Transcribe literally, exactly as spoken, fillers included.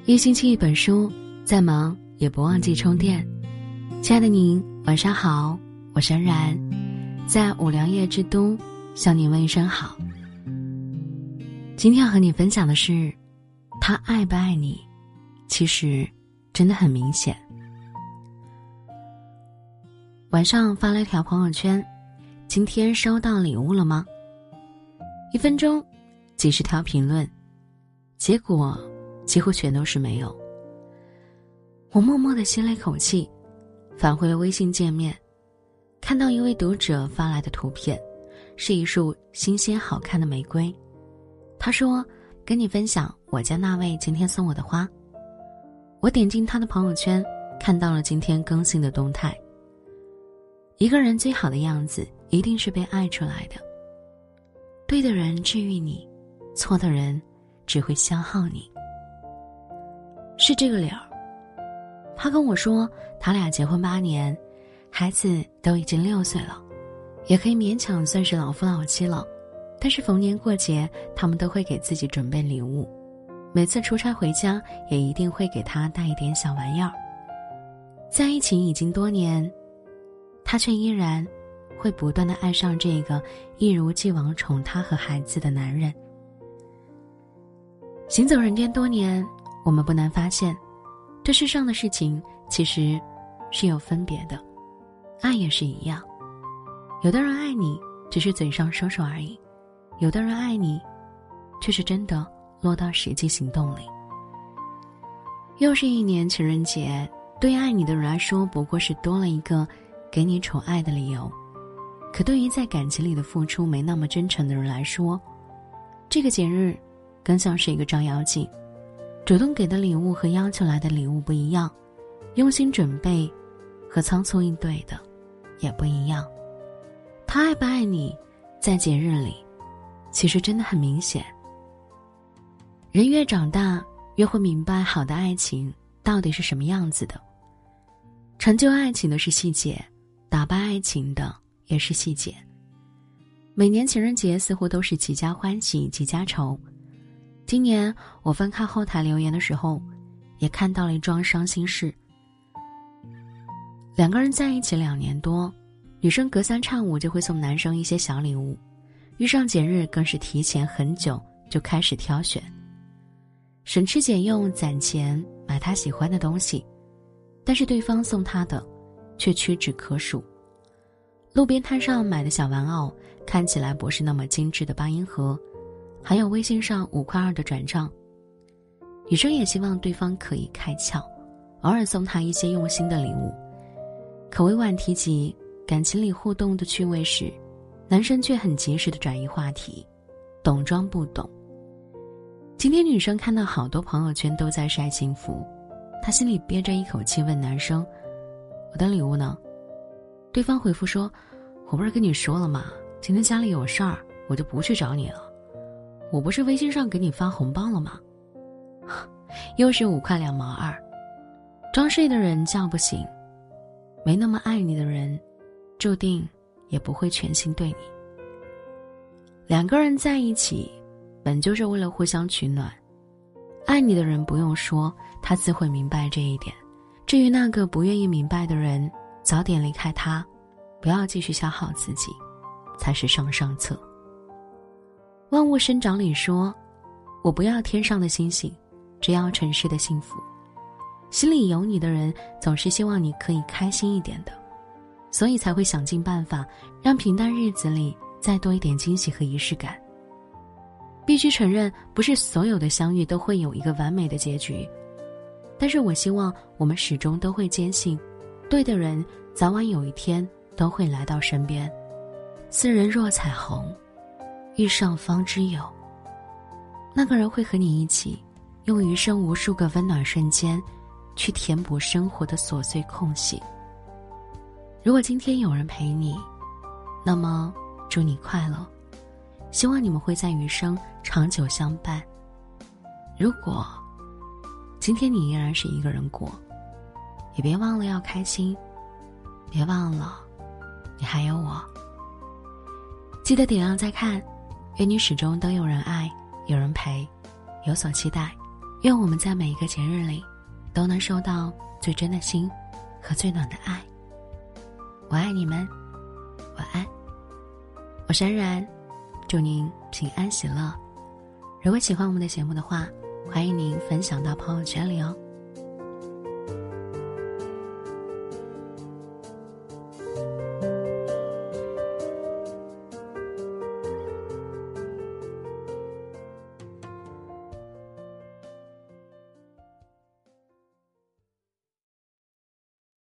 一星期一本书，再忙也不忘记充电。亲爱的您，晚上好，我是安然，在五粮液之都向您问一声好。今天要和你分享的是，他爱不爱你，其实真的很明显。晚上发了一条朋友圈，今天收到礼物了吗？一分钟，几十条评论，结果几乎全都是没有。我默默地吸了一口气，返回了微信界面，看到一位读者发来的图片，是一束新鲜好看的玫瑰。他说，跟你分享我家那位今天送我的花。我点进他的朋友圈，看到了今天更新的动态。一个人最好的样子，一定是被爱出来的。对的人治愈你，错的人只会消耗你。是这个理儿。他跟我说，他俩结婚八年，孩子都已经六岁了，也可以勉强算是老夫老妻了。但是逢年过节，他们都会给自己准备礼物，每次出差回家，也一定会给他带一点小玩意儿。在一起已经多年，他却依然会不断地爱上这个一如既往宠他和孩子的男人。行走人间多年，我们不难发现，这世上的事情其实是有分别的，爱也是一样。有的人爱你只是嘴上说说而已，有的人爱你却是真的落到实际行动里。又是一年情人节，对爱你的人来说不过是多了一个给你宠爱的理由，可对于在感情里的付出没那么真诚的人来说，这个节日更像是一个照妖镜。主动给的礼物和要求来的礼物不一样，用心准备和仓促应对的也不一样。他爱不爱你，在节日里其实真的很明显。人越长大，越会明白好的爱情到底是什么样子的。成就爱情的是细节，打败爱情的也是细节。每年情人节似乎都是几家欢喜几家愁。今年我翻看后台留言的时候，也看到了一桩伤心事。两个人在一起两年多，女生隔三差五就会送男生一些小礼物，遇上节日更是提前很久就开始挑选，省吃俭用攒钱买他喜欢的东西，但是对方送他的却屈指可数。路边摊上买的小玩偶看起来不是那么精致的八音盒，还有微信上五块二的转账。女生也希望对方可以开窍，偶尔送他一些用心的礼物，可委婉提及感情里互动的趣味时，男生却很及时地转移话题，懂装不懂。今天女生看到好多朋友圈都在晒幸福，她心里憋着一口气问男生，我的礼物呢？对方回复说，我不是跟你说了吗，今天家里有事儿，我就不去找你了。我不是微信上给你发红包了吗？又是五块两毛二。装睡的人叫不醒，没那么爱你的人注定也不会全心对你。两个人在一起本就是为了互相取暖，爱你的人不用说，他自会明白这一点。至于那个不愿意明白的人，早点离开他，不要继续消耗自己，才是上上策。万物生长里说，我不要天上的星星，只要尘世的幸福。心里有你的人总是希望你可以开心一点的，所以才会想尽办法让平淡日子里再多一点惊喜和仪式感。必须承认，不是所有的相遇都会有一个完美的结局，但是我希望我们始终都会坚信，对的人早晚有一天都会来到身边。斯人若彩虹，遇上方知有。那个人会和你一起，用余生无数个温暖瞬间，去填补生活的琐碎空隙。如果今天有人陪你，那么祝你快乐，希望你们会在余生长久相伴。如果今天你依然是一个人过，也别忘了要开心，别忘了你还有我。记得点亮再看，愿你始终都有人爱，有人陪，有所期待。 愿我们在每一个节日里都能收到最真的心和最暖的爱。我爱你们，晚安。我是安然，祝您平安喜乐。如果喜欢我们的节目的话，欢迎您分享到朋友圈里哦。